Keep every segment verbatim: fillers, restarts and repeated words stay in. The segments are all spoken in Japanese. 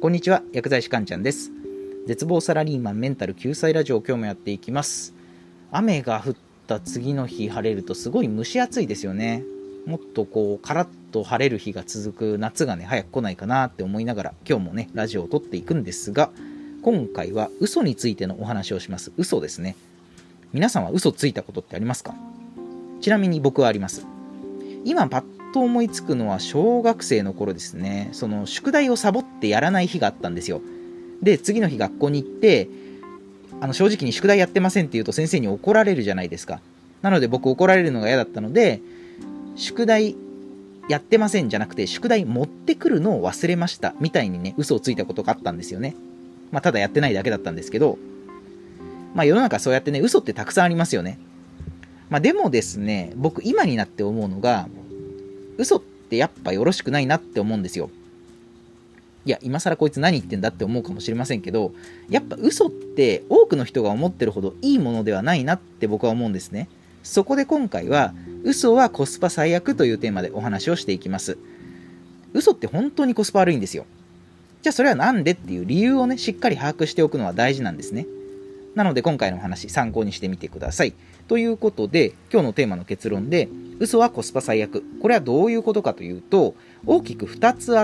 こんにちは、薬剤師かんちゃんです。絶望サラリーマンメンタル救済ラジオを今日もやっていきます。雨が降った次の日晴れるとすごい蒸し暑いですよね。もっとこうカラッと晴れる日が続く夏がね早く来ないかなって思いながら今日もねラジオを撮っていくんですが、今回は嘘についてのお話をします。嘘ですね。皆さんは嘘ついたことってありますか？ちなみに僕はあります。今パッと思いつくのは小学生の頃ですね。その宿題をサボってやらない日があったんですよ。で次の日学校に行ってあの正直に宿題やってませんって言うと先生に怒られるじゃないですか。なので僕怒られるのが嫌だったので、宿題やってませんじゃなくて宿題持ってくるのを忘れましたみたいにね嘘をついたことがあったんですよね。まあただやってないだけだったんですけど、まあ世の中そうやってね嘘ってたくさんありますよね。まあでもですね、僕今になって思うのが嘘ってやっぱよろしくないなって思うんですよ。いや今更こいつ何言ってんだって思うかもしれませんけど、やっぱ嘘って多くの人が思ってるほどいいものではないなって僕は思うんですね。そこで今回は嘘はコスパ最悪というテーマでお話をしていきます。嘘って本当にコスパ悪いんですよ。じゃあそれはなんでっていう理由をねしっかり把握しておくのは大事なんですね。なので今回のお話参考にしてみてください。ということで今日のテーマの結論で、嘘はコスパ最悪、これはどういうことかというと大きくふたつあって、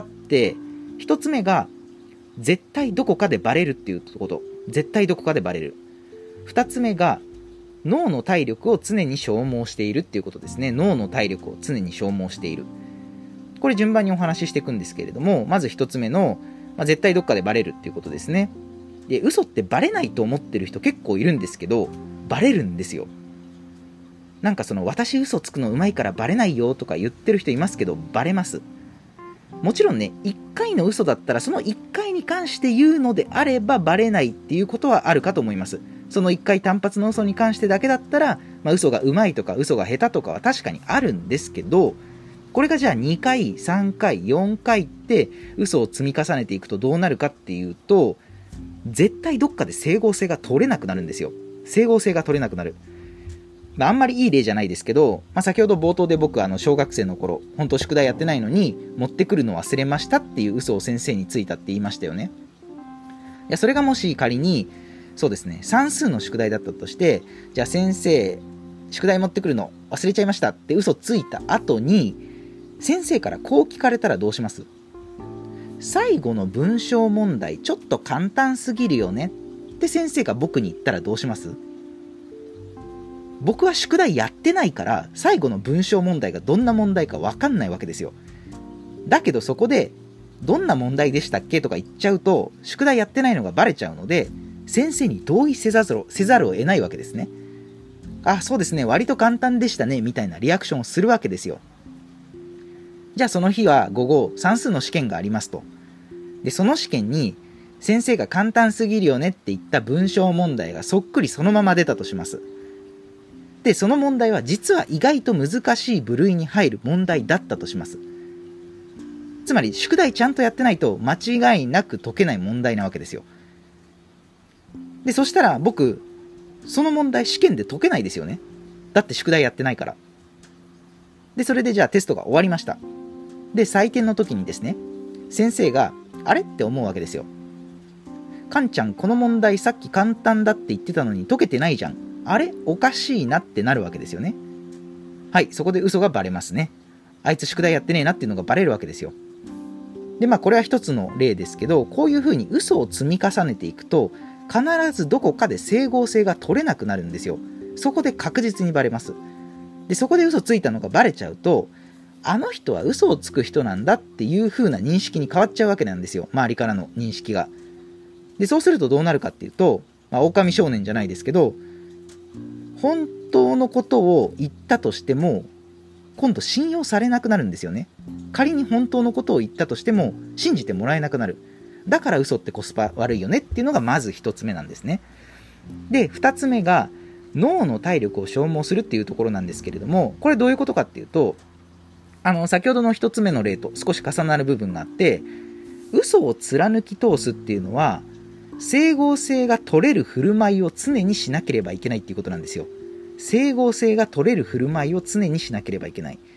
ひとつめが絶対どこかでバレるっていうこと、絶対どこかでバレる。ふたつめが脳の体力を常に消耗しているっていうことですね。脳の体力を常に消耗している。これ順番にお話ししていくんですけれども、まずひとつめの、まあ、絶対どっかでバレるっていうことですね。で嘘ってバレないと思ってる人結構いるんですけど、バレるんですよ。なんかその私嘘つくのうまいからバレないよとか言ってる人いますけど、バレます。もちろんねいっかいの嘘だったらそのいっかいに関して言うのであればバレないっていうことはあるかと思います。そのいっかい単発の嘘に関してだけだったら、まあ、嘘がうまいとか嘘が下手とかは確かにあるんですけど、これがじゃあにかいさんかいよんかいって嘘を積み重ねていくとどうなるかっていうと、絶対どっかで整合性が取れなくなるんですよ。整合性が取れなくなる。まあ、あんまりいい例じゃないですけど、まあ、先ほど冒頭で僕あの小学生の頃本当宿題やってないのに持ってくるの忘れましたっていう嘘を先生についたって言いましたよね。いやそれがもし仮にそうですね算数の宿題だったとして、じゃあ先生宿題持ってくるの忘れちゃいましたって嘘ついた後に先生からこう聞かれたらどうします？最後の文章問題ちょっと簡単すぎるよねって先生が僕に言ったらどうします？僕は宿題やってないから最後の文章問題がどんな問題か分かんないわけですよ。だけどそこでどんな問題でしたっけとか言っちゃうと宿題やってないのがバレちゃうので、先生に同意せざるをせざるを得ないわけですね。あ、そうですね、割と簡単でしたねみたいなリアクションをするわけですよ。じゃあその日は午後算数の試験がありますと。でその試験に先生が簡単すぎるよねって言った文章問題がそっくりそのまま出たとします。でその問題は実は意外と難しい部類に入る問題だったとします。つまり宿題ちゃんとやってないと間違いなく解けない問題なわけですよ。でそしたら僕その問題試験で解けないですよね。だって宿題やってないから。でそれでじゃあテストが終わりました。で採点の時にですね、先生があれって思うわけですよ。かんちゃんこの問題さっき簡単だって言ってたのに解けてないじゃん、あれおかしいなってなるわけですよね。はい、そこで嘘がバレますね。あいつ宿題やってねえなっていうのがバレるわけですよ。でまあこれは一つの例ですけど、こういうふうに嘘を積み重ねていくと必ずどこかで整合性が取れなくなるんですよ。そこで確実にバレます。でそこで嘘ついたのがバレちゃうと、あの人は嘘をつく人なんだっていう風な認識に変わっちゃうわけなんですよ、周りからの認識が。でそうするとどうなるかっていうと、まあ、狼少年じゃないですけど、本当のことを言ったとしても今度信用されなくなるんですよね。仮に本当のことを言ったとしても信じてもらえなくなる。だから嘘ってコスパ悪いよねっていうのがまず一つ目なんですね。で二つ目が脳の体力を消耗するっていうところなんですけれども、これどういうことかっていうと、あの先ほどの一つ目の例と少し重なる部分があって、嘘を貫き通すっていうのは整合性が取れる振る舞いを常にしなければいけないっていうことなんですよ。整合性が取れる振る舞いを常にしなければいけない。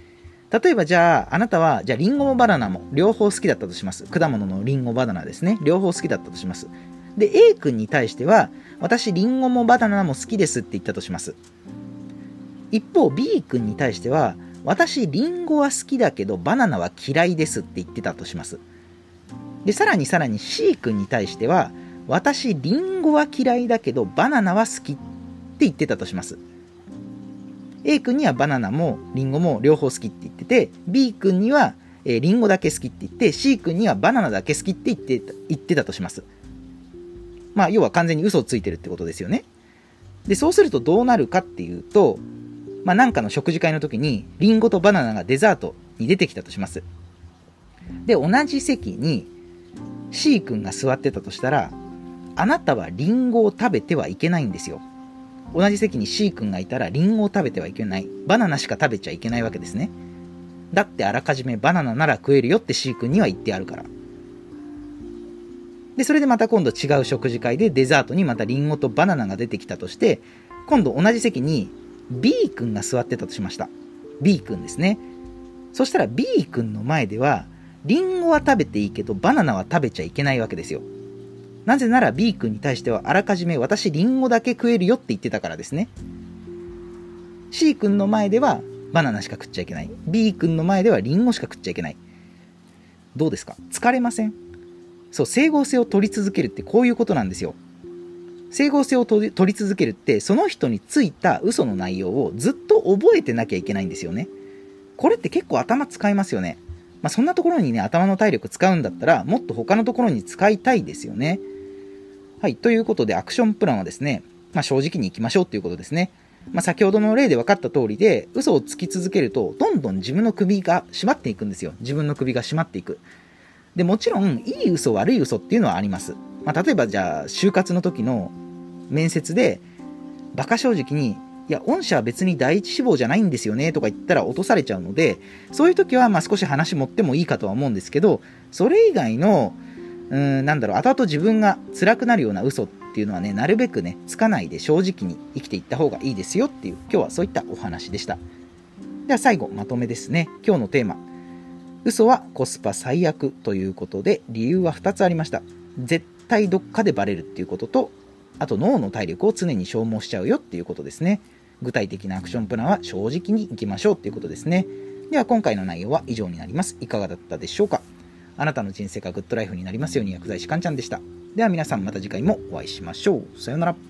例えばじゃあ、あなたは、じゃあリンゴもバナナも両方好きだったとします。果物のリンゴ、バナナですね。両方好きだったとします。で、A 君に対しては、私リンゴもバナナも好きですって言ったとします。一方、B 君に対しては、私リンゴは好きだけどバナナは嫌いですって言ってたとします。で、さらにさらに C 君に対しては、私リンゴは嫌いだけどバナナは好きって言ってたとします。A 君にはバナナもリンゴも両方好きって言ってて、 B 君には、えー、リンゴだけ好きって言って、 C 君にはバナナだけ好きって言ってた、言ってたとします。まあ要は完全に嘘をついてるってことですよね。で、そうするとどうなるかっていうと、まあなんかの食事会の時にリンゴとバナナがデザートに出てきたとします。で、同じ席に C 君が座ってたとしたら、あなたはリンゴを食べてはいけないんですよ。同じ席に C 君がいたらリンゴを食べてはいけない。バナナしか食べちゃいけないわけですね。だってあらかじめバナナなら食えるよって C 君には言ってあるから。で、それでまた今度違う食事会でデザートにまたリンゴとバナナが出てきたとして、今度同じ席に B 君が座ってたとしました。B 君ですね。そしたら B 君の前ではリンゴは食べていいけどバナナは食べちゃいけないわけですよ。なぜなら B 君に対してはあらかじめ私リンゴだけ食えるよって言ってたからですね。C 君の前ではバナナしか食っちゃいけない。B 君の前ではリンゴしか食っちゃいけない。どうですか？疲れません？そう、整合性を取り続けるってこういうことなんですよ。整合性を取り、取り続けるって、その人についた嘘の内容をずっと覚えてなきゃいけないんですよね。これって結構頭使いますよね。まあ、そんなところにね、頭の体力使うんだったら、もっと他のところに使いたいですよね。はい、ということでアクションプランはですね、まあ、正直にいきましょうということですね。まあ、先ほどの例で分かった通りで、嘘をつき続けると、どんどん自分の首が締まっていくんですよ。自分の首が締まっていく。で、もちろん、いい嘘、悪い嘘っていうのはあります。まあ、例えばじゃあ、就活の時の面接で、馬鹿正直に、いや、御社は別に第一志望じゃないんですよねとか言ったら落とされちゃうので、そういう時はまあ少し話持ってもいいかとは思うんですけど、それ以外の、うーん、なんだろう、後々自分が辛くなるような嘘っていうのはね、なるべくね、つかないで正直に生きていった方がいいですよっていう、今日はそういったお話でした。では最後、まとめですね。今日のテーマ。嘘はコスパ最悪ということで、理由はふたつありました。絶対どっかでバレるっていうことと、あと脳の体力を常に消耗しちゃうよっていうことですね。具体的なアクションプランは正直にいきましょうっていうことですね。では今回の内容は以上になります。いかがだったでしょうか。あなたの人生がグッドライフになりますように、薬剤師かんちゃんでした。では皆さんまた次回もお会いしましょう。さようなら。